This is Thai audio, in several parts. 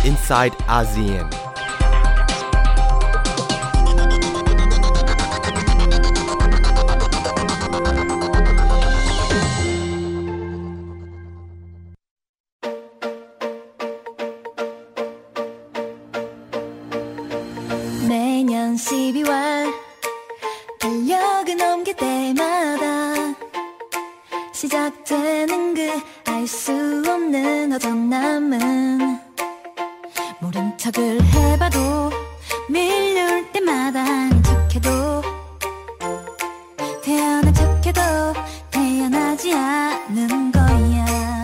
inside ASEAN 매년 12월 달력을 넘길 때마다 시작되는 그 알 수 없는 어정남은 모른 척을 해봐도 밀려올 때마다 아닌 척해도 태어난 척해도 태어나지 않은 거야.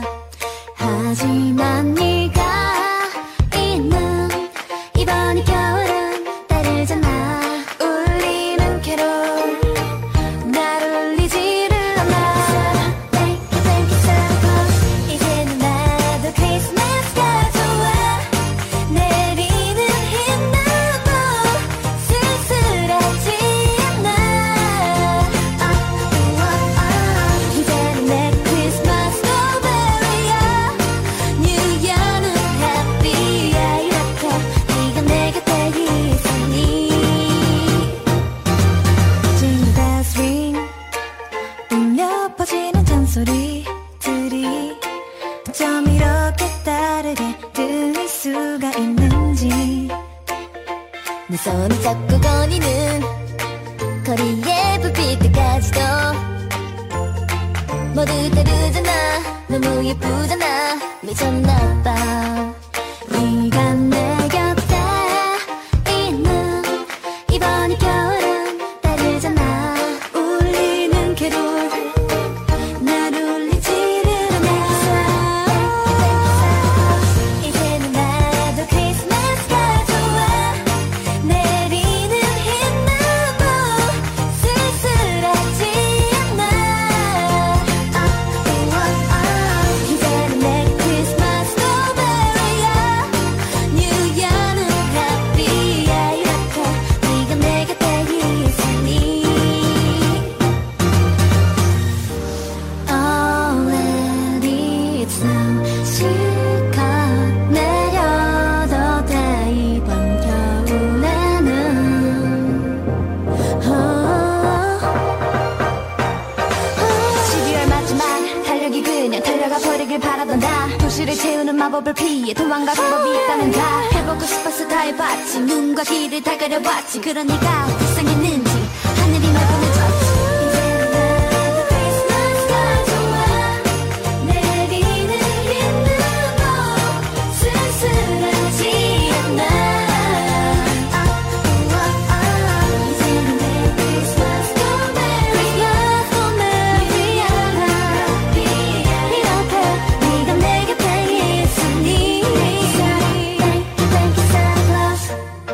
하지만 네가 있는 이번이 겨울은 따르잖아. 울리는 캐롤 날 울리지를 않아. Thank you, thank you so much. 이제는 나도 크리스마스가 좋아. 내리는 흰눈도 쓸쓸하지 않아. 이제는 내 크리스마스도 merry야. New Year는 happy야. 이렇게 네가 내 곁에 있으니 Jingle bells ring 울려 퍼지는 잔소리들이 어쩜 이렇게 다르게 들릴 수가 있는지 내 손을 잡고 거니는 거리의 불빛들까지도 모두 다르잖아. 너무 예쁘잖아. 미쳤나봐. 네가 내 곁에 있는 이번이 겨울은 따르잖아. 울리는 캐롤 날 울리지를 않아. 이제는 나도 크리스마스가 좋아. 내리는 흰눈도 쓸쓸하지 않아. 이제는 내 크리스마스도 merry야. New Year는 happy야. 이렇게 네가 내 곁에 있으니 Already it's now. 실컷 내려도 돼 이번 겨울에는. 12월 마지막 달력이 그냥 달려가 버리길 바라던다. 도시를 채우는 마법을 피해 도망갈 방법이 있다는가. 해보고 싶어서 다 해봤지. 눈과 귀를 다 가려봤지. 그러니까 불쌍했는지 하늘이 날 보내줬지. 이제는 나도 크리스마스가 좋아. 내리는 흰눈도 쓸쓸하지 않아. 이제는 내 크리스마스도 merry야. 이렇게 네가 내 곁에 있으니 Thank you, thank you, Santa Claus.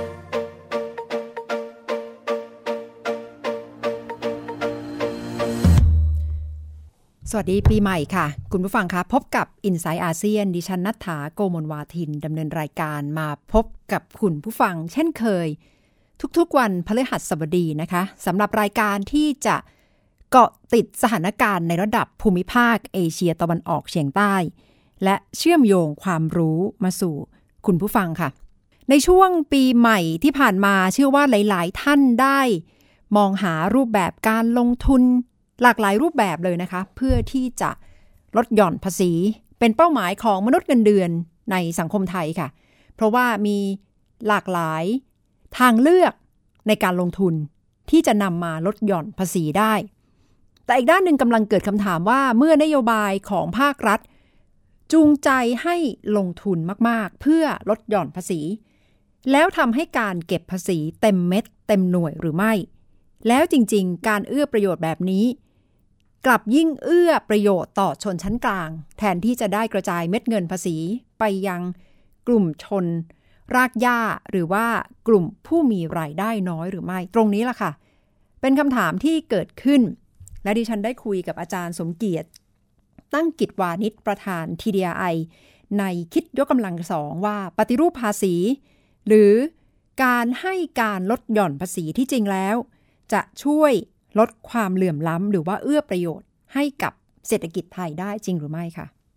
สวัสดีปีใหม่ค่ะคุณผู้ฟังคะพบกับ Inside ASEAN ดิฉันณัฐฐาโกมลวาทินดำเนินรายการมาพบกับคุณผู้ฟังเช่นเคยทุกๆวันพฤหัสบดีนะคะสำหรับรายการที่จะเกาะติดสถานการณ์ในระดับภูมิภาคเอเชียตะวันออกเฉียงใต้และเชื่อมโยงความรู้มาสู่คุณผู้ฟังค่ะในช่วงปีใหม่ที่ผ่านมาเชื่อว่าหลายๆท่านได้มองหารูปแบบการลงทุนหลากหลายรูปแบบเลยนะคะเพื่อที่จะลดหย่อนภาษีเป็นเป้าหมายของมนุษย์เงินเดือนในสังคมไทยค่ะเพราะว่ามีหลากหลายทางเลือกในการลงทุนที่จะนำมาลดหย่อนภาษีได้แต่อีกด้านหนึ่งกำลังเกิดคำถามว่าเมื่อนโยบายของภาครัฐจูงใจให้ลงทุนมากๆเพื่อลดหย่อนภาษีแล้วทำให้การเก็บภาษีเต็มเม็ดเต็มหน่วยหรือไม่แล้วจริงๆการเอื้อประโยชน์แบบนี้กลับยิ่งเอื้อประโยชน์ต่อชนชั้นกลางแทนที่จะได้กระจายเม็ดเงินภาษีไปยังกลุ่มชนรากหญ้าหรือว่ากลุ่มผู้มีรายได้น้อยหรือไม่ตรงนี้ล่ะค่ะเป็นคำถามที่เกิดขึ้นและดิฉันได้คุยกับอาจารย์สมเกียรติตั้งกิจวานิชประธาน TDRI ในคิดยกกำลังสองว่าปฏิรูปภาษีหรือการให้การลดหย่อนภาษีที่จริงแล้วจะช่วยลดความเหลื่อมล้ำหรือว่าเอื้อประโยชน์ให้กับเศรษฐกิจไทยได้จริงหรือไม่คะ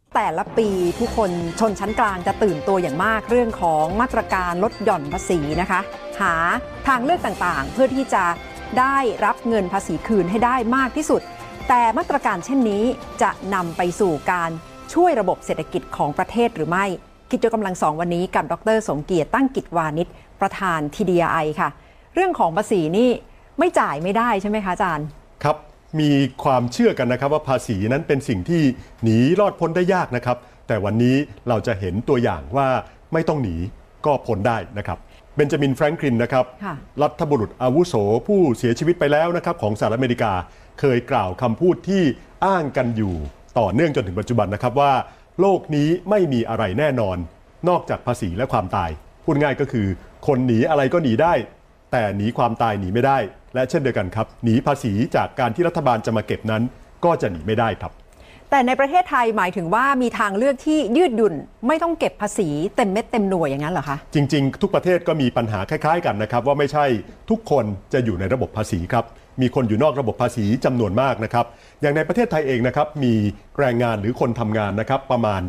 แต่ละปีผู้คนชนชั้นกลางจะตื่นตัวอย่างมากเรื่องของมาตรการลดหย่อนภาษีนะคะหาทางเลือกต่างๆเพื่อที่จะได้รับเงินภาษีคืนให้ได้มากที่สุดแต่มาตรการเช่นนี้จะนำไปสู่การช่วยระบบเศรษฐกิจของประเทศหรือไม่คิดยกกำลังสองวันนี้กับดร.สมเกียรติตั้งกิจวานิชประธาน TDI ค่ะเรื่องของภาษีนี่ไม่จ่ายไม่ได้ใช่ไหมคะอาจารย์ครับมีความเชื่อกันนะครับว่าภาษีนั้นเป็นสิ่งที่หนีรอดพ้นได้ยากนะครับแต่วันนี้เราจะเห็นตัวอย่างว่าไม่ต้องหนีก็พ้นได้นะครับเบนจามินแฟรงคลินนะครับรัฐบุรุษอาวุโสผู้เสียชีวิตไปแล้วนะครับของสหรัฐอเมริกาเคยกล่าวคำพูดที่อ้างกันอยู่ต่อเนื่องจนถึงปัจจุบันนะครับว่าโลกนี้ไม่มีอะไรแน่นอนนอกจากภาษีและความตายพูดง่ายก็คือคนหนีอะไรก็หนีได้แต่หนีความตายหนีไม่ได้และเช่นเดียวกันครับหนีภาษีจากการที่รัฐบาลจะมาเก็บนั้นก็จะหนีไม่ได้ครับแต่ในประเทศไทยหมายถึงว่ามีทางเลือกที่ยืดหยุ่นไม่ต้องเก็บภาษีเต็มเม็ดเต็มหน่วยอย่างนั้นเหรอคะจริงๆทุกประเทศก็มีปัญหาคล้ายๆกันนะครับว่าไม่ใช่ทุกคนจะอยู่ในระบบภาษีครับมีคนอยู่นอกระบบภาษีจำนวนมากนะครับอย่างในประเทศไทยเองนะครับมีแรงงานหรือคนทำงานนะครับประมาณ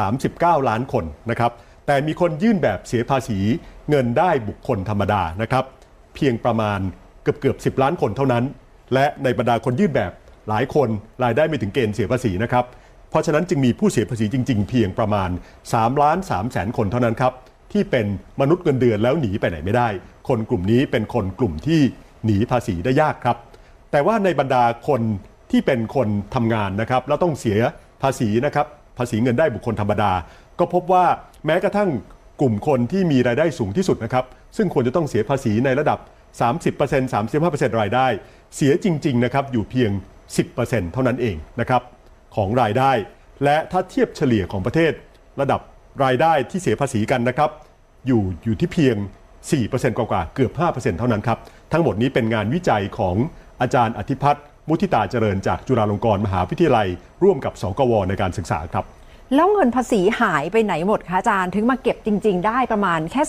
39ล้านคนนะครับแต่มีคนยื่นแบบเสียภาษีเงินได้บุคคลธรรมดานะครับเพียงประมาณเกือบ10ล้านคนเท่านั้นและในบรรดาคนยื่นแบบหลายคนรายได้ไม่ถึงเกณฑ์เสียภาษีนะครับเพราะฉะนั้นจึงมีผู้เสียภาษีจริงๆเพียงประมาณ3.3 แสนคนเท่านั้นครับที่เป็นมนุษย์เงินเดือนแล้วหนีไปไหนไม่ได้คนกลุ่มนี้เป็นคนกลุ่มที่หนีภาษีได้ยากครับแต่ว่าในบรรดาคนที่เป็นคนทำงานนะครับแล้วต้องเสียภาษีนะครับภาษีเงินได้บุคคลธรรมดาก็พบว่าแม้กระทั่งกลุ่มคนที่มีรายได้สูงที่สุดนะครับซึ่งควรจะต้องเสียภาษีในระดับ 30% 35% รายได้เสียจริงๆนะครับอยู่เพียง 10% เท่านั้นเองนะครับของรายได้และถ้าเทียบเฉลี่ยของประเทศระดับรายได้ที่เสียภาษีกันนะครับอยู่ที่เพียง 4% กว่าเกือบ 5% เท่านั้นครับทั้งหมดนี้เป็นงานวิจัยของอาจารย์อธิพัฒน์มุทิตาเจริญจากจุฬาลงกรณ์มหาวิทยาลัยร่วมกับสกว.ในการศึกษาครับแล้วเงินภาษีหายไปไหนหมดคะอาจารย์ถึงมาเก็บจริงๆได้ประมาณแค่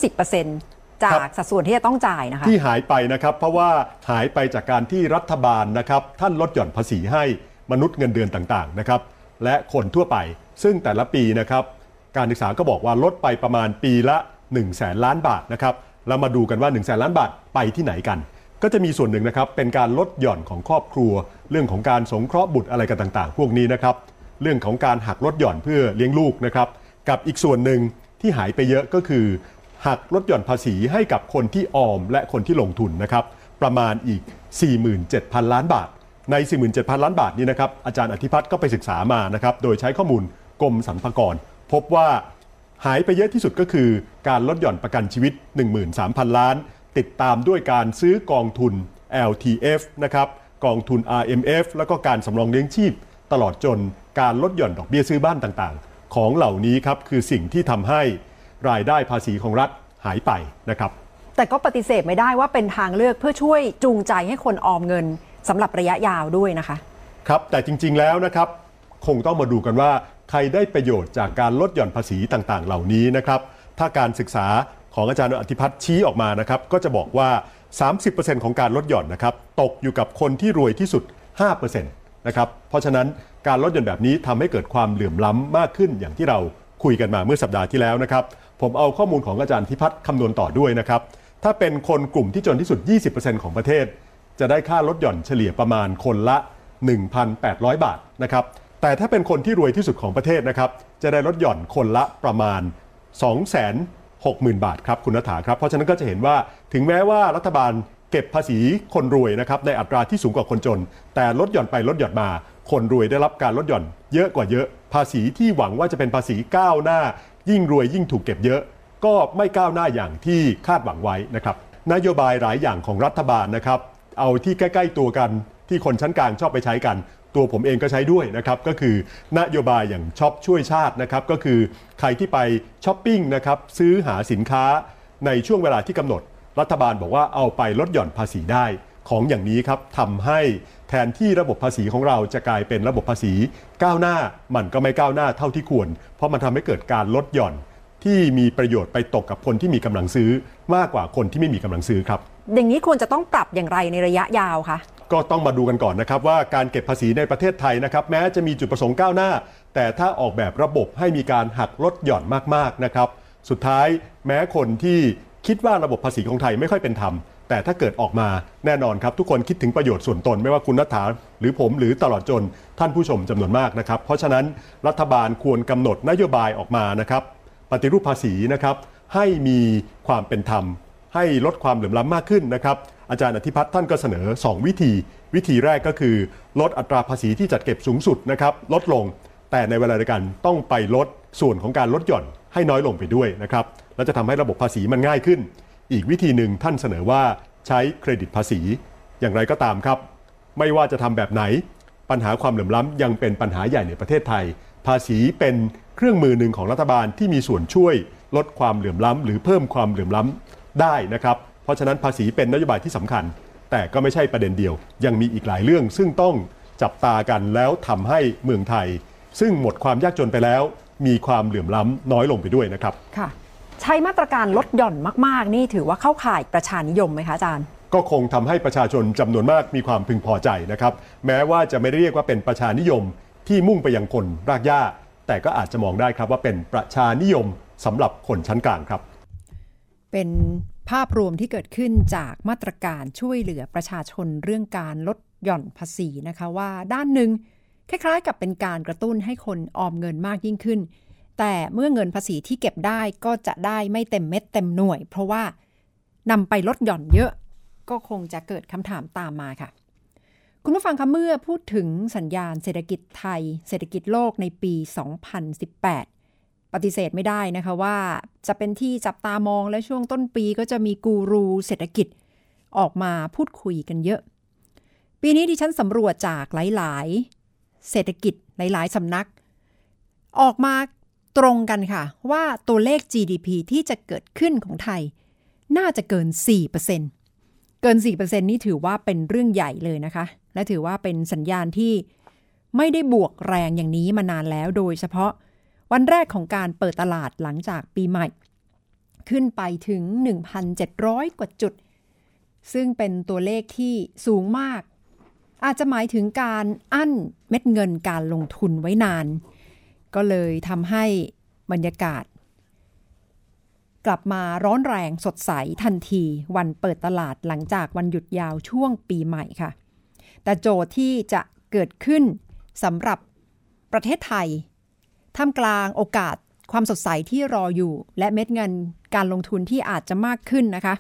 10%จากสัดส่วนที่จะต้องจ่ายนะคะที่หายไปนะครับเพราะว่าหายไปจากการที่รัฐบาลนะครับท่านลดหย่อนภาษีให้มนุษย์เงินเดือนต่างๆนะครับและคนทั่วไปซึ่งแต่ละปีนะครับการศึกษาก็บอกว่าลดไปประมาณปีละ100,000 ล้านบาทนะครับแล้วมาดูกันว่า100,000 ล้านบาทไปที่ไหนกันก็จะมีส่วนหนึ่งนะครับเป็นการลดหย่อนของครอบครัวเรื่องของการสงเคราะห์บุตรอะไรกันต่างๆพวกนี้นะครับเรื่องของการหักลดหย่อนเพื่อเลี้ยงลูกนะครับกับอีกส่วนหนึ่งที่หายไปเยอะก็คือหักลดหย่อนภาษีให้กับคนที่ออมและคนที่ลงทุนนะครับประมาณอีก 47,000 ล้านบาทใน 47,000 ล้านบาทนี้นะครับอาจารย์อธิพัฒน์ก็ไปศึกษามานะครับโดยใช้ข้อมูลกรมสรรพากรพบว่าหายไปเยอะที่สุดก็คือการลดหย่อนประกันชีวิต 13,000 ล้านติดตามด้วยการซื้อกองทุน LTF นะครับกองทุน RMF แล้วก็การสำรองเลี้ยงชีพตลอดจนการลดหย่อนดอกเบี้ยซื้อบ้านต่างๆของเหล่านี้ครับคือสิ่งที่ทำให้รายได้ภาษีของรัฐหายไปนะครับแต่ก็ปฏิเสธไม่ได้ว่าเป็นทางเลือกเพื่อช่วยจูงใจให้คนออมเงินสำหรับระยะยาวด้วยนะคะครับแต่จริงๆแล้วนะครับคงต้องมาดูกันว่าใครได้ประโยชน์จากการลดหย่อนภาษีต่างๆเหล่านี้นะครับถ้าการศึกษาของอาจารย์อธิพัฒน์ชี้ออกมานะครับก็จะบอกว่า 30% ของการลดหย่อนนะครับตกอยู่กับคนที่รวยที่สุด 5% นะครับเพราะฉะนั้นการลดหย่อนแบบนี้ทำให้เกิดความเหลื่อมล้ำมากขึ้นอย่างที่เราคุยกันมาเมื่อสัปดาห์ที่แล้วนะครับผมเอาข้อมูลของอาจารย์อธิพัฒน์คำนวณต่อด้วยนะครับถ้าเป็นคนกลุ่มที่จนที่สุด 20% ของประเทศจะได้ค่าลดหย่อนเฉลี่ยประมาณคนละ 1,800 บาทนะครับแต่ถ้าเป็นคนที่รวยที่สุดของประเทศนะครับจะได้ลดหย่อนคนละประมาณ 260,000 บาทครับคุณณฐาครับเพราะฉะนั้นก็จะเห็นว่าถึงแม้ว่ารัฐบาลเก็บภาษีคนรวยนะครับในอัตราที่สูงกว่าคนจนแต่ลดหย่อนไปลดหย่อนมาคนรวยได้รับการลดหย่อนเยอะกว่าเยอะภาษีที่หวังว่าจะเป็นภาษีก้าวหน้ายิ่งรวยยิ่งถูกเก็บเยอะก็ไม่ก้าวหน้าอย่างที่คาดหวังไว้นะครับนโยบายหลายอย่างของรัฐบาลนะครับเอาที่ใกล้ๆตัวกันที่คนชั้นกลางชอบไปใช้กันตัวผมเองก็ใช้ด้วยนะครับก็คือนโยบายอย่างช็อปช่วยชาตินะครับก็คือใครที่ไปช้อปปิ้งนะครับซื้อหาสินค้าในช่วงเวลาที่กำหนดรัฐบาลบอกว่าเอาไปลดหย่อนภาษีได้ของอย่างนี้ครับทำให้แทนที่ระบบภาษีของเราจะกลายเป็นระบบภาษีก้าวหน้ามันก็ไม่ก้าวหน้าเท่าที่ควรเพราะมันทำให้เกิดการลดหย่อนที่มีประโยชน์ไปตกกับคนที่มีกำลังซื้อมากกว่าคนที่ไม่มีกำลังซื้อครับอย่างนี้ควรจะต้องปรับอย่างไรในระยะยาวคะก็ต้องมาดูกันก่อนนะครับว่าการเก็บภาษีในประเทศไทยนะครับแม้จะมีจุดประสงค์ก้าวหน้าแต่ถ้าออกแบบระบบให้มีการหักลดหย่อนมากๆนะครับสุดท้ายแม้คนที่คิดว่าระบบภาษีของไทยไม่ค่อยเป็นธรรมแต่ถ้าเกิดออกมาแน่นอนครับทุกคนคิดถึงประโยชน์ส่วนตนไม่ว่าคุณณัฐฐาหรือผมหรือตลอดจนท่านผู้ชมจำนวนมากนะครับเพราะฉะนั้นรัฐบาลควรกำหนดนโยบายออกมานะครับปฏิรูปภาษีนะครับให้มีความเป็นธรรมให้ลดความเหลื่อมล้ำมากขึ้นนะครับอาจารย์อธิพัฒน์ท่านก็เสนอ2วิธีแรกก็คือลดอัตราภาษีที่จัดเก็บสูงสุดนะครับลดลงแต่ในเวลาเดียวกันต้องไปลดส่วนของการลดหย่อนให้น้อยลงไปด้วยนะครับและจะทำให้ระบบภาษีมันง่ายขึ้นอีกวิธีหนึ่งท่านเสนอว่าใช้เครดิตภาษีอย่างไรก็ตามครับไม่ว่าจะทำแบบไหนปัญหาความเหลื่อมล้ำยังเป็นปัญหาใหญ่ในประเทศไทยภาษีเป็นเครื่องมือหนึ่งของรัฐบาลที่มีส่วนช่วยลดความเหลื่อมล้ำหรือเพิ่มความเหลื่อมล้ำได้นะครับเพราะฉะนั้นภาษีเป็นนโยบายที่สำคัญแต่ก็ไม่ใช่ประเด็นเดียวยังมีอีกหลายเรื่องซึ่งต้องจับตากันแล้วทำให้เมืองไทยซึ่งหมดความยากจนไปแล้วมีความเหลื่อมล้ำน้อยลงไปด้วยนะครับค่ะใช้มาตรการลดหย่อนมากๆนี่ถือว่าเข้าข่ายประชานิยมไหมคะอาจารย์ก็คงทำให้ประชาชนจำนวนมากมีความพึงพอใจนะครับแม้ว่าจะไม่ได้เรียกว่าเป็นประชานิยมที่มุ่งไปยังคนรากหญ้าแต่ก็อาจจะมองได้ครับว่าเป็นประชานิยมสำหรับคนชั้นกลางครับเป็นภาพรวมที่เกิดขึ้นจากมาตรการช่วยเหลือประชาชนเรื่องการลดหย่อนภาษีนะคะว่าด้านหนึ่งคล้ายๆกับเป็นการกระตุ้นให้คนออมเงินมากยิ่งขึ้นแต่เมื่อเงินภาษีที่เก็บได้ก็จะได้ไม่เต็มเม็ดเต็มหน่วยเพราะว่านำไปลดหย่อนเยอะก็คงจะเกิดคำถามตามมาค่ะคุณผู้ฟังคะเมื่อพูดถึงสัญญาณเศรษฐกิจไทยเศรษฐกิจโลกในปี 2018 ปฏิเสธไม่ได้นะคะว่าจะเป็นที่จับตามองและช่วงต้นปีก็จะมีกูรูเศรษฐกิจออกมาพูดคุยกันเยอะปีนี้ดิฉันสำรวจจากหลายๆเศรษฐกิจหลายๆสำนักออกมาตรงกันค่ะว่าตัวเลข GDP ที่จะเกิดขึ้นของไทยน่าจะเกิน 4%เกิน 4% นี่ถือว่าเป็นเรื่องใหญ่เลยนะคะและถือว่าเป็นสัญญาณที่ไม่ได้บวกแรงอย่างนี้มานานแล้วโดยเฉพาะวันแรกของการเปิดตลาดหลังจากปีใหม่ขึ้นไปถึง 1,700 กว่าจุดซึ่งเป็นตัวเลขที่สูงมากอาจจะหมายถึงการอั้นเม็ดเงินการลงทุนไว้นานก็เลยทำให้บรรยากาศกลับมาร้อนแรงสดใสทันทีวันเปิดตลาดหลังจากวันหยุดยาวช่วงปีใหม่ค่ะแต่โจทย์ที่จะเกิดขึ้นสำหรับประเทศไทยท่ามกลางโอกาสความสดใสที่รออยู่และเม็ดเงินการลงทุนที่อาจจะมากขึ้นนะคะ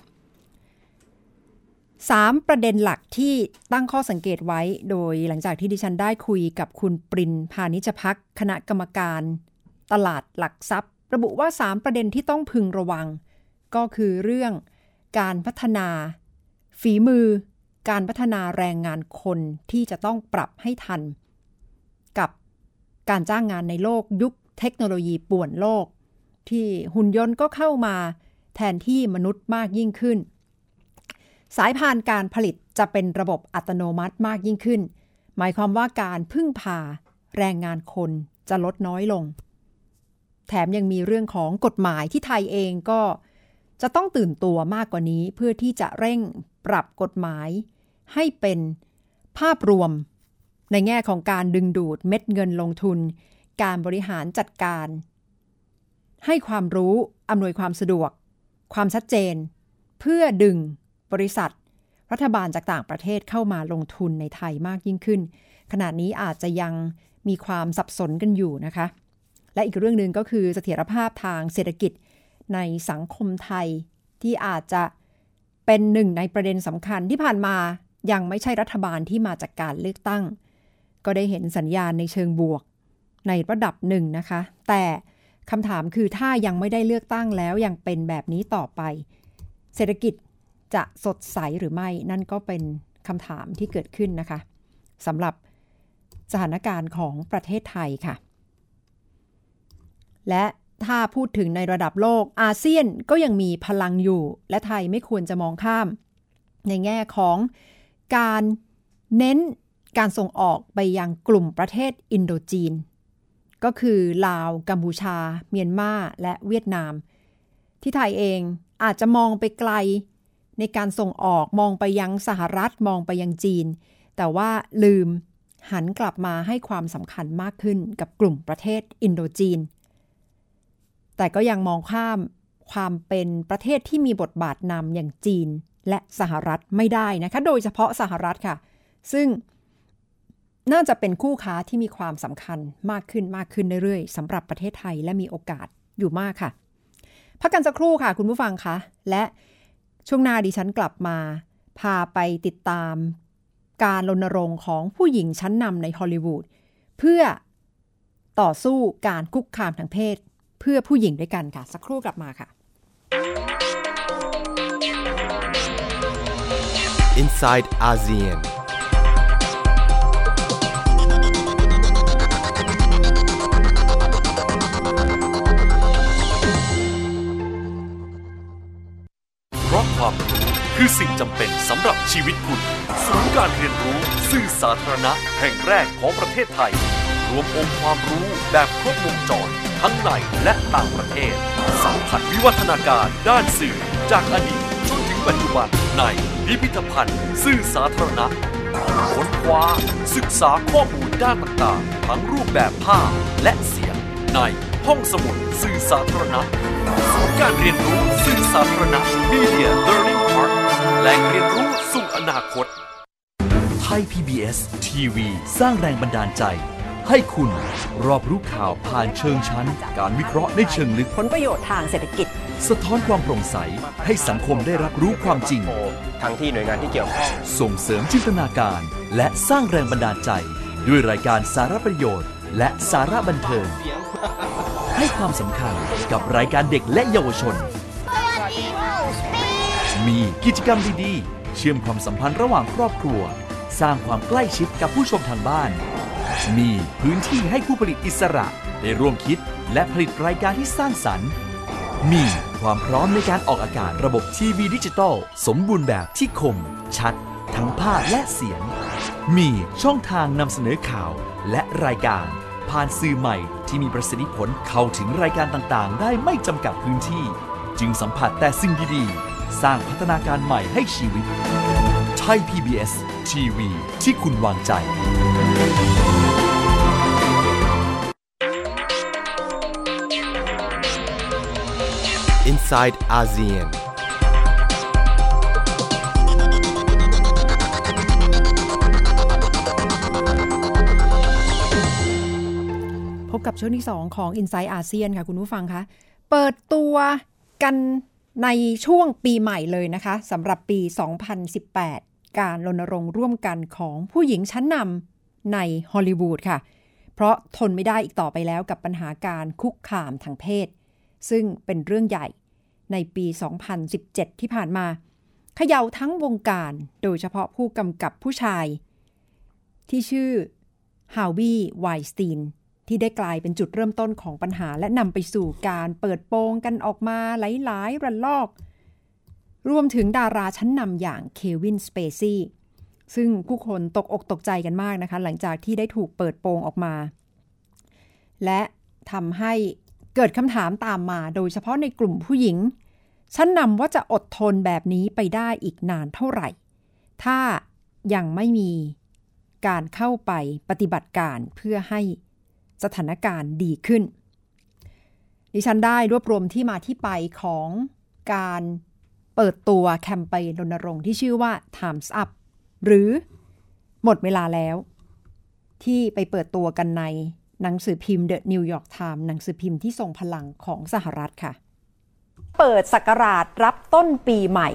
3ประเด็นหลักที่ตั้งข้อสังเกตไว้โดยหลังจากที่ดิฉันได้คุยกับคุณปรินพานิชภักดิ์คณะกรรมการตลาดหลักทรัพย์ระบุว่า3ประเด็นที่ต้องพึงระวังก็คือเรื่องการพัฒนาฝีมือการพัฒนาแรงงานคนที่จะต้องปรับให้ทันกับการจ้างงานในโลกยุคเทคโนโลยีป่วนโลกที่หุ่นยนต์ก็เข้ามาแทนที่มนุษย์มากยิ่งขึ้นสายพานการผลิตจะเป็นระบบอัตโนมัติมากยิ่งขึ้นหมายความว่าการพึ่งพาแรงงานคนจะลดน้อยลงแถมยังมีเรื่องของกฎหมายที่ไทยเองก็จะต้องตื่นตัวมากกว่านี้เพื่อที่จะเร่งปรับกฎหมายให้เป็นภาพรวมในแง่ของการดึงดูดเม็ดเงินลงทุนการบริหารจัดการให้ความรู้อำนวยความสะดวกความชัดเจนเพื่อดึงบริษัทรัฐบาลจากต่างประเทศเข้ามาลงทุนในไทยมากยิ่งขึ้นขณะนี้อาจจะยังมีความสับสนกันอยู่นะคะและอีกเรื่องนึงก็คือเสถียรภาพทางเศรษฐกิจในสังคมไทยที่อาจจะเป็นหนึ่งในประเด็นสำคัญที่ผ่านมายังไม่ใช่รัฐบาลที่มาจากการเลือกตั้งก็ได้เห็นสัญญาณในเชิงบวกในระดับหนึ่งนะคะแต่คำถามคือถ้ายังไม่ได้เลือกตั้งแล้วยังเป็นแบบนี้ต่อไปเศรษฐกิจจะสดใสหรือไม่นั่นก็เป็นคำถามที่เกิดขึ้นนะคะสำหรับสถานการณ์ของประเทศไทยค่ะและถ้าพูดถึงในระดับโลกอาเซียนก็ยังมีพลังอยู่และไทยไม่ควรจะมองข้ามในแง่ของการเน้นการส่งออกไปยังกลุ่มประเทศอินโดจีนก็คือลาวกัมพูชาเมียนมาและเวียดนามที่ไทยเองอาจจะมองไปไกลในการส่งออกมองไปยังสหรัฐมองไปยังจีนแต่ว่าลืมหันกลับมาให้ความสำคัญมากขึ้นกับกลุ่มประเทศอินโดจีนแต่ก็ยังมองข้ามความเป็นประเทศที่มีบทบาทนำอย่างจีนและสหรัฐไม่ได้นะคะโดยเฉพาะสหรัฐค่ะซึ่งน่าจะเป็นคู่ค้าที่มีความสำคัญมากขึ้นเรื่อยๆสำหรับประเทศไทยและมีโอกาสอยู่มากค่ะพักกันสักครู่ค่ะคุณผู้ฟังคะและช่วงหน้าดิฉันกลับมาพาไปติดตามการรณรงค์ของผู้หญิงชั้นนำในฮอลลีวูดเพื่อต่อสู้การคุกคามทางเพศเพื่อผู้หญิงด้วยกันค่ะสักครู่กลับมาค่ะ Inside ASEAN เพราะความรู้คือสิ่งจำเป็นสำหรับชีวิตคุณศูนย์การเรียนรู้สื่อสาธารณะแห่งแรกของประเทศไทยรวมองค์ความรู้แบบครบวงจรทั้งในและต่างประเทศสัมผัสวิวัฒนาการด้านสื่อจากอดีตจนถึงปัจจุบันในพิพิธภัณฑ์สื่อสาธารณะค้นคว้าศึกษาข้อมูลด้านต่างๆทั้งรูปแบบภาพและเสียงในห้องสมุดสื่อสาธารณะศูนย์การเรียนรู้สื่อสาธารณะ Media Learning Park แหล่งเรียนรู้สู่อนาคตไทย PBS ทีวีสร้างแรงบันดาลใจให้คุณรอบรู้ข่าวผ่านเชิงชั้นการวิเคราะห์ในเชิงลึกผลประโยชน์ทางเศรษฐกิจสะท้อนความโปร่งใสให้สังคมได้รับรู้ความจริงทั้งที่หน่วยงานที่เกี่ยวข้องส่งเสริมจินตนาการและสร้างแรงบันดาลใจด้วยรายการสาระประโยชน์และสาระบันเทิงให้ความสำคัญกับรายการเด็กและเยาวชนมีกิจกรรมดีๆเชื่อมความสัมพันธ์ระหว่างครอบครัวสร้างความใกล้ชิดกับผู้ชมทางบ้านมีพื้นที่ให้ผู้ผลิตอิสระได้ร่วมคิดและผลิตรายการที่สร้างสรรค์มีความพร้อมในการออกอากาศระบบทีวีดิจิตอลสมบูรณ์แบบที่คมชัดทั้งภาพและเสียงมีช่องทางนำเสนอข่าวและรายการผ่านสื่อใหม่ที่มีประสิทธิผลเข้าถึงรายการต่างๆได้ไม่จำกัดพื้นที่จึงสัมผัสแต่สิ่งดีๆสร้างพัฒนาการใหม่ให้ชีวิตไทย PBS ทีวีที่คุณวางใจ Inside ASEAN พบกับช่วงที่2ของ Inside ASEAN ค่ะคุณผู้ฟังคะเปิดตัวกันในช่วงปีใหม่เลยนะคะสำหรับปี 2018 การรณรงค์ร่วมกันของผู้หญิงชั้นนำในฮอลลีวูดค่ะเพราะทนไม่ได้อีกต่อไปแล้วกับปัญหาการคุกคามทางเพศซึ่งเป็นเรื่องใหญ่ในปี 2017 ที่ผ่านมาเขย่าทั้งวงการโดยเฉพาะผู้กำกับผู้ชายที่ชื่อฮาร์วีย์ ไวน์สตีนที่ได้กลายเป็นจุดเริ่มต้นของปัญหาและนำไปสู่การเปิดโปงกันออกมาหลายๆระลอกรวมถึงดาราชั้นนำอย่างเควิน สเปซี่ซึ่งผู้คนตกอกตกใจกันมากนะคะหลังจากที่ได้ถูกเปิดโปงออกมาและทำให้เกิดคำถามตามมาโดยเฉพาะในกลุ่มผู้หญิงชั้นนำว่าจะอดทนแบบนี้ไปได้อีกนานเท่าไหร่ถ้ายังไม่มีการเข้าไปปฏิบัติการเพื่อให้สถานการณ์ดีขึ้นดิฉันได้รวบรวมที่มาที่ไปของการเปิดตัวแคมเปญรณรงค์ที่ชื่อว่า Time's Up หรือหมดเวลาแล้วที่ไปเปิดตัวกันในหนังสือพิมพ์ The New York Times หนังสือพิมพ์ที่ทรงพลังของสหรัฐค่ะเปิดศักราชรับต้นปีใหม่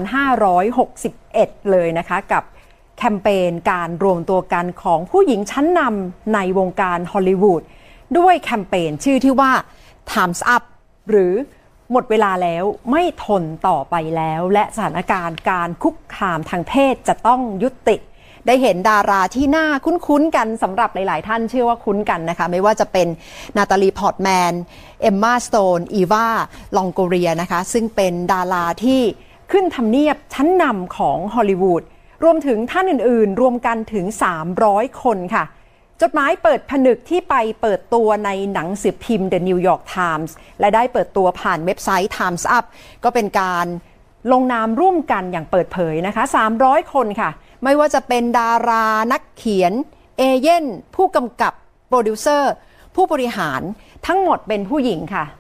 2561 เลยนะคะกับแคมเปญการรวมตัวกันของผู้หญิงชั้นนำในวงการฮอลลีวูดด้วยแคมเปญชื่อที่ว่า Time's Up หรือหมดเวลาแล้วไม่ทนต่อไปแล้วและสถานการณ์การคุกคามทางเพศจะต้องยุติได้เห็นดาราที่น่าคุ้นๆกันสำหรับหลายๆท่านเชื่อว่าคุ้นกันนะคะไม่ว่าจะเป็นนาตาลีพอร์ตแมนเอมมาสโตนอีวาลองโกเรียนะคะซึ่งเป็นดาราที่ขึ้นทำเนียบชั้นนำของฮอลลีวูดรวมถึงท่านอื่นๆรวมกันถึง300คนค่ะจดหมายเปิดผนึกที่ไปเปิดตัวในหนังสือพิมพ์ The New York Times และได้เปิดตัวผ่านเว็บไซต์ Time's Up ก็เป็นการลงนามร่วมกันอย่างเปิดเผยนะคะ300คนค่ะไม่ว่าจะเป็นดารานักเขียนเอเย่นผู้กำกับโปรดิวเซอร์ผู้บริหารทั้งหมดเป็นผู้หญิงค่ะ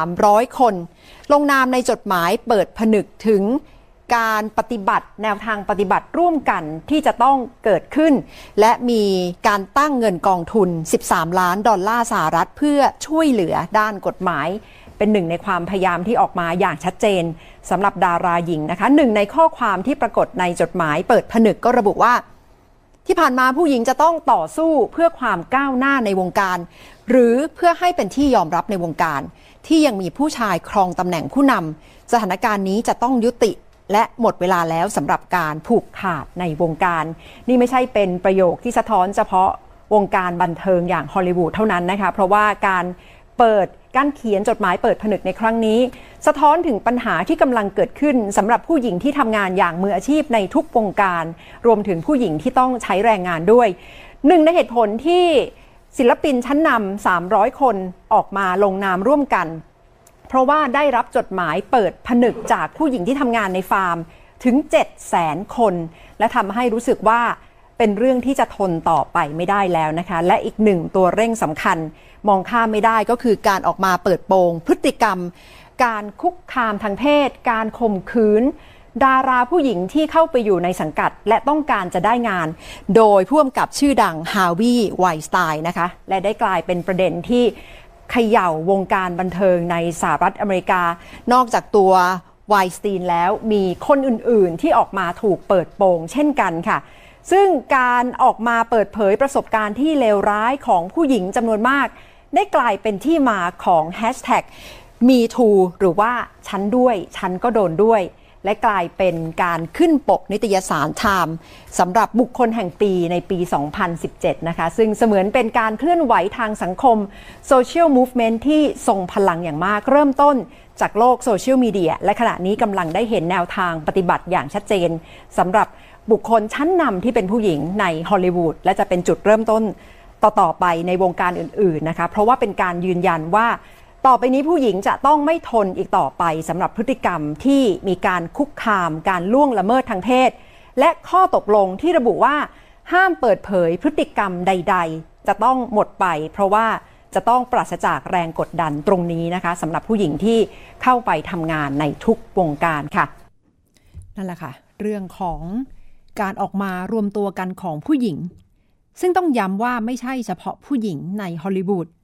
300 คนลงนามในจดหมายเปิดผนึกถึงการปฏิบัติแนวทางปฏิบัติร่วมกันที่จะต้องเกิดขึ้นและมีการตั้งเงินกองทุน$13 ล้านเพื่อช่วยเหลือด้านกฎหมายเป็นหนึ่งในความพยายามที่ออกมาอย่างชัดเจนสำหรับดาราหญิงนะคะหนึ่งในข้อความที่ปรากฏในจดหมายเปิดผนึกก็ระบุว่าที่ผ่านมาผู้หญิงจะต้องต่อสู้เพื่อความก้าวหน้าในวงการหรือเพื่อให้เป็นที่ยอมรับในวงการที่ยังมีผู้ชายครองตำแหน่งผู้นำสถานการณ์นี้จะต้องยุติและหมดเวลาแล้วสำหรับการผูกขาดในวงการนี่ไม่ใช่เป็นประโยคที่สะท้อนเฉพาะวงการบันเทิงอย่างฮอลลีวูดเท่านั้นนะคะเพราะว่าการเขียนจดหมายเปิดผนึกในครั้งนี้สะท้อนถึงปัญหาที่กำลังเกิดขึ้นสำหรับผู้หญิงที่ทำงานอย่างมืออาชีพในทุกวงการรวมถึงผู้หญิงที่ต้องใช้แรงงานด้วยหนึ่งในเหตุผลที่ศิลปินชั้นนำ300 คนออกมาลงนามร่วมกันเพราะว่าได้รับจดหมายเปิดผนึกจากผู้หญิงที่ทำงานในฟาร์มถึง 700,000 คนและทำให้รู้สึกว่าเป็นเรื่องที่จะทนต่อไปไม่ได้แล้วนะคะและอีกหนึ่งตัวเร่งสำคัญมองข้ามไม่ได้ก็คือการออกมาเปิดโปงพฤติกรรมการคุกคามทางเพศการข่มขืนดาราผู้หญิงที่เข้าไปอยู่ในสังกัดและต้องการจะได้งานโดยผู้กำกับชื่อดังฮาร์วีย์ไวน์สไตน์นะคะและได้กลายเป็นประเด็นที่เขย่าวงการบันเทิงในสหรัฐอเมริกานอกจากตัวไวน์สไตน์แล้วมีคนอื่นๆที่ออกมาถูกเปิดโปงเช่นกันค่ะซึ่งการออกมาเปิดเผยประสบการณ์ที่เลวร้ายของผู้หญิงจำนวนมากได้กลายเป็นที่มาของแฮชแท็ก MeToo หรือว่าฉันด้วยฉันก็โดนด้วยและกลายเป็นการขึ้นปกนิตยสาร Time สำหรับบุคคลแห่งปีในปี 2017 นะคะซึ่งเสมือนเป็นการเคลื่อนไหวทางสังคม Social Movement ที่ทรงพลังอย่างมากเริ่มต้นจากโลกโซเชียลมีเดียและขณะนี้กำลังได้เห็นแนวทางปฏิบัติอย่างชัดเจนสำหรับบุคคลชั้นนำที่เป็นผู้หญิงในฮอลลีวูดและจะเป็นจุดเริ่มต้นต่อไปในวงการอื่นๆนะคะเพราะว่าเป็นการยืนยันว่าต่อไปนี้ผู้หญิงจะต้องไม่ทนอีกต่อไปสำหรับพฤติกรรมที่มีการคุกคามการล่วงละเมิดทางเพศและข้อตกลงที่ระบุว่าห้ามเปิดเผยพฤติกรรมใดๆจะต้องหมดไปเพราะว่าจะต้องปราศจากแรงกดดันตรงนี้นะคะสำหรับผู้หญิงที่เข้าไปทำงานในทุกวงการค่ะนั่นแหละค่ะเรื่องของการออกมารวมตัวกันของผู้หญิงซึ่งต้องย้ำว่าไม่ใช่เฉพาะผู้หญิงในฮอลลีวูด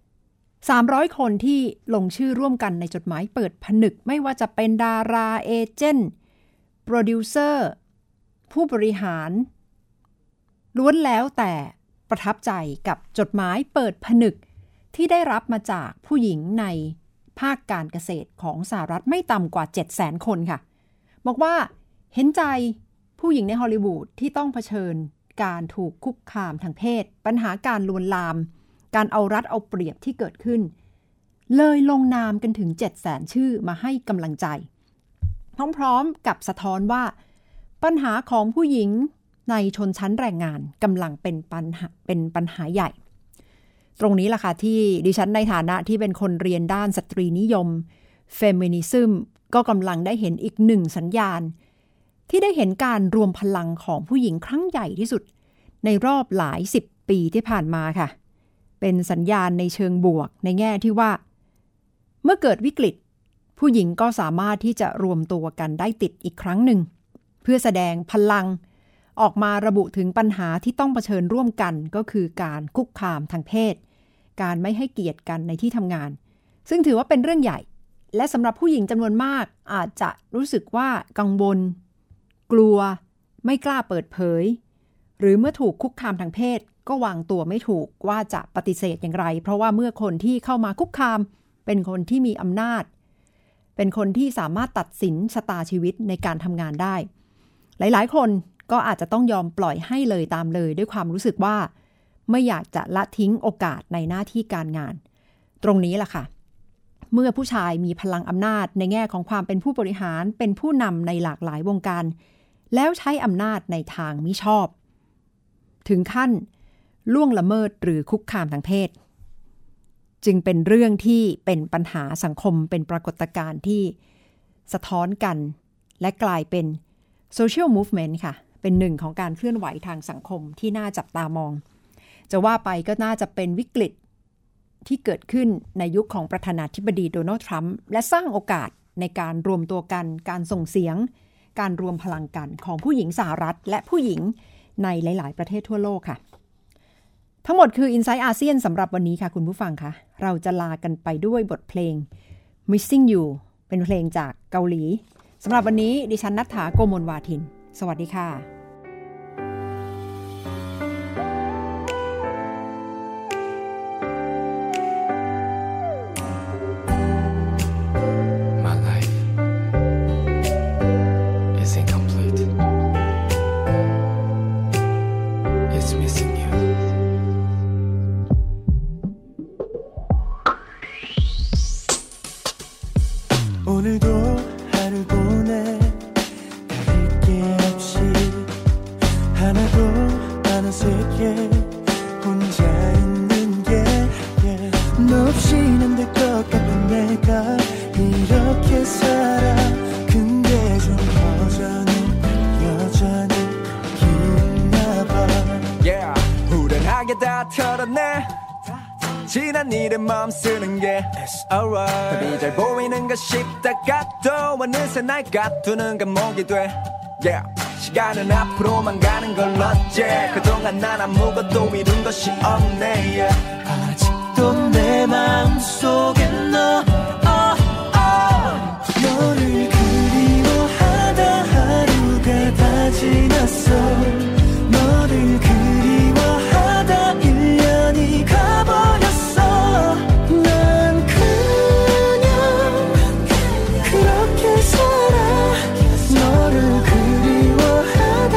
300 คนที่ลงชื่อร่วมกันในจดหมายเปิดผนึกไม่ว่าจะเป็นดาราเอเจนต์โปรดิวเซอร์ผู้บริหารล้วนแล้วแต่ประทับใจกับจดหมายเปิดผนึกที่ได้รับมาจากผู้หญิงในภาคการเกษตรของสหรัฐไม่ต่ำกว่า 700,000 คนค่ะบอกว่าเห็นใจผู้หญิงในฮอลลีวูดที่ต้องเผชิญการถูกคุกคามทางเพศปัญหาการลวนลามการเอารัดเอาเปรียบที่เกิดขึ้นเลยลงนามกันถึง 700,000 ชื่อมาให้กำลังใจพร้อมๆกับสะท้อนว่าปัญหาของผู้หญิงในชนชั้นแรงงานกำลังเป็นปัญหาใหญ่ตรงนี้ล่ะค่ะที่ดิฉันในฐานะที่เป็นคนเรียนด้านสตรีนิยมเฟมินิซึมก็กำลังได้เห็นอีกหนึ่งสัญญาณที่ได้เห็นการรวมพลังของผู้หญิงครั้งใหญ่ที่สุดในรอบหลาย10 ปีที่ผ่านมาค่ะเป็นสัญญาณในเชิงบวกในแง่ที่ว่าเมื่อเกิดวิกฤตผู้หญิงก็สามารถที่จะรวมตัวกันได้ติดอีกครั้งหนึ่งเพื่อแสดงพลังออกมาระบุถึงปัญหาที่ต้องเผชิญร่วมกันก็คือการคุกคามทางเพศการไม่ให้เกียรติกันในที่ทำงานซึ่งถือว่าเป็นเรื่องใหญ่และสำหรับผู้หญิงจำนวนมากอาจจะรู้สึกว่ากังวลกลัวไม่กล้าเปิดเผยหรือเมื่อถูกคุกคามทางเพศก็วางตัวไม่ถูกว่าจะปฏิเสธอย่างไรเพราะว่าเมื่อคนที่เข้ามาคุกคามเป็นคนที่มีอำนาจเป็นคนที่สามารถตัดสินชะตาชีวิตในการทำงานได้หลายๆคนก็อาจจะต้องยอมปล่อยให้เลยตามเลยด้วยความรู้สึกว่าไม่อยากจะละทิ้งโอกาสในหน้าที่การงานตรงนี้ล่ะค่ะเมื่อผู้ชายมีพลังอำนาจในแง่ของความเป็นผู้บริหารเป็นผู้นำในหลากหลายวงการแล้วใช้อำนาจในทางมิชอบถึงขั้นล่วงละเมิดหรือคุกคามทางเพศจึงเป็นเรื่องที่เป็นปัญหาสังคมเป็นปรากฏการณ์ที่สะท้อนกันและกลายเป็น Social Movement ค่ะเป็นหนึ่งของการเคลื่อนไหวทางสังคมที่น่าจับตามองจะว่าไปก็น่าจะเป็นวิกฤตที่เกิดขึ้นในยุคของประธานาธิบดีโดนัลด์ทรัมป์และสร้างโอกาสในการรวมตัวกันการส่งเสียงการรวมพลังกันของผู้หญิงสหรัฐและผู้หญิงในหลายๆประเทศทั่วโลกค่ะทั้งหมดคือ Inside ASEAN สำหรับวันนี้ค่ะคุณผู้ฟังคะเราจะลากันไปด้วยบทเพลง Missing You เป็นเพลงจากเกาหลีสำหรับวันนี้ดิฉันณัฐฐา โกมลวาทินสวัสดีค่ะ My life is incomplete. It's missing you. 오늘도 하루 보내 다를 게 없이 하나도 안 어색해 혼자 있는 게 너 없이는 될 것 같은 내가 이렇게 살아 근데 좀 여전히 기나 봐 Yeah 후련하게 다 털어내 지난 일에 마음 쓰는 게 It's alright 답이 잘 보이는 것 싶다가 또 어느새 날 가두는 감옥이 돼 Yeah 시간은 앞으로만 가는 걸 어째 그동안 난 아무것도 이룬 것이 없네 yeah. 아직도 내 마음속에 너를 그리워하다 하루가 다 지났어 너를 그리워하다 1년이 가버렸어 난 그냥 그렇게 살아 너를 그리워하다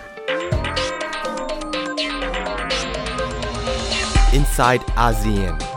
Inside ASEAN